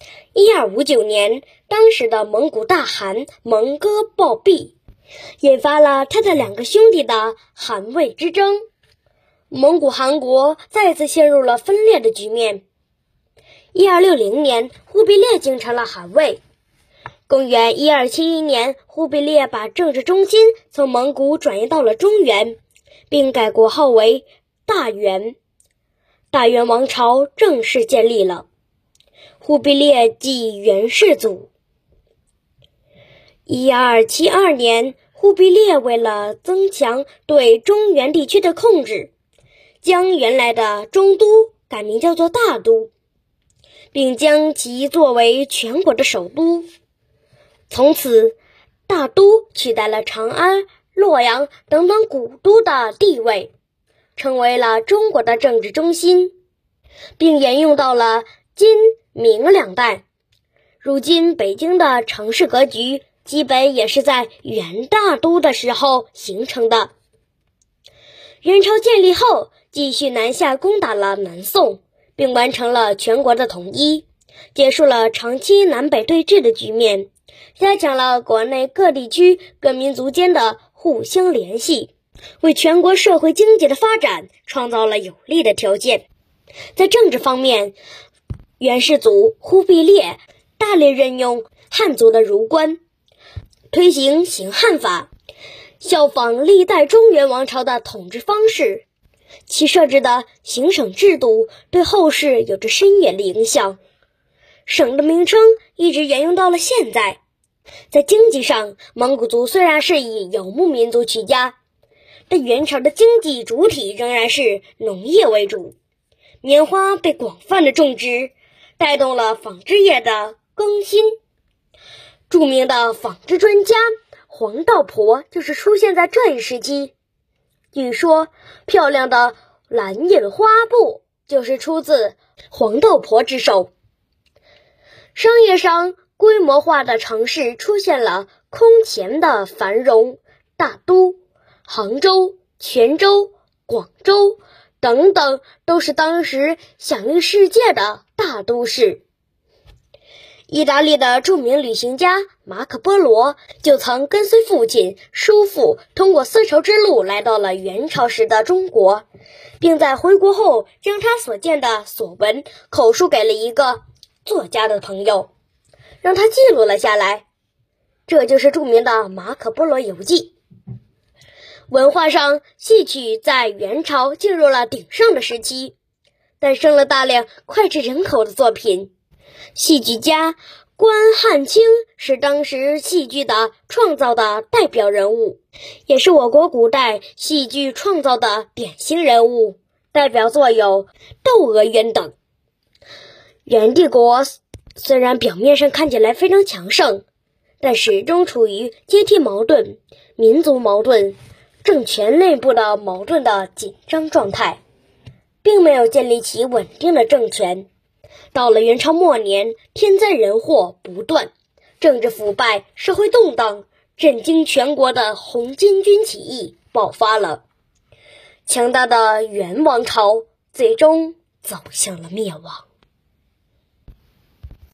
1259年，当时的蒙古大汗蒙哥暴毙，引发了他的2个兄弟的汗魏之争，蒙古汗国再次陷入了分裂的局面。1260年，忽必烈继承了汗位。公元1271年，忽必烈把政治中心从蒙古转移到了中原，并改国号为大元。大元王朝正式建立了。忽必烈即元世祖。1272年，忽必烈为了增强对中原地区的控制，将原来的中都改名叫做大都，并将其作为全国的首都。从此，大都取代了长安、洛阳等等古都的地位，成为了中国的政治中心，并沿用到了金、明2代。如今北京的城市格局基本也是在元大都的时候形成的。元朝建立后，继续南下攻打了南宋，并完成了全国的统一，结束了长期南北对峙的局面，加强了国内各地区各民族间的互相联系，为全国社会经济的发展创造了有利的条件。在政治方面，元世祖忽必烈大力任用汉族的儒官，推行行汉法，效仿历代中原王朝的统治方式。其设置的行省制度对后世有着深远的影响，省的名称一直沿用到了现在。在经济上，蒙古族虽然是以游牧民族起家，但元朝的经济主体仍然是农业为主，棉花被广泛的种植，带动了纺织业的更新。著名的纺织专家黄道婆就是出现在这一时期。据说漂亮的蓝印花布就是出自黄道婆之手。商业上，规模化的城市出现了空前的繁荣，大都、杭州、泉州、广州等等都是当时享誉世界的大都市。意大利的著名旅行家马可·波罗就曾跟随父亲、叔父通过丝绸之路来到了元朝时的中国，并在回国后将他所见的所闻口述给了一个作家的朋友，让他记录了下来。这就是著名的《马可·波罗游记》。文化上，戏曲在元朝进入了鼎盛的时期，诞生了大量脍炙人口的作品。戏剧家关汉卿是当时戏剧的创造的代表人物，也是我国古代戏剧创造的典型人物，代表作有《窦娥冤》等。元帝国虽然表面上看起来非常强盛，但始终处于阶梯矛盾、民族矛盾、政权内部的矛盾的紧张状态，并没有建立起稳定的政权。到了元朝末年，天灾人祸不断，政治腐败，社会动荡，震惊全国的红巾军起义爆发了，强大的元王朝最终走向了灭亡。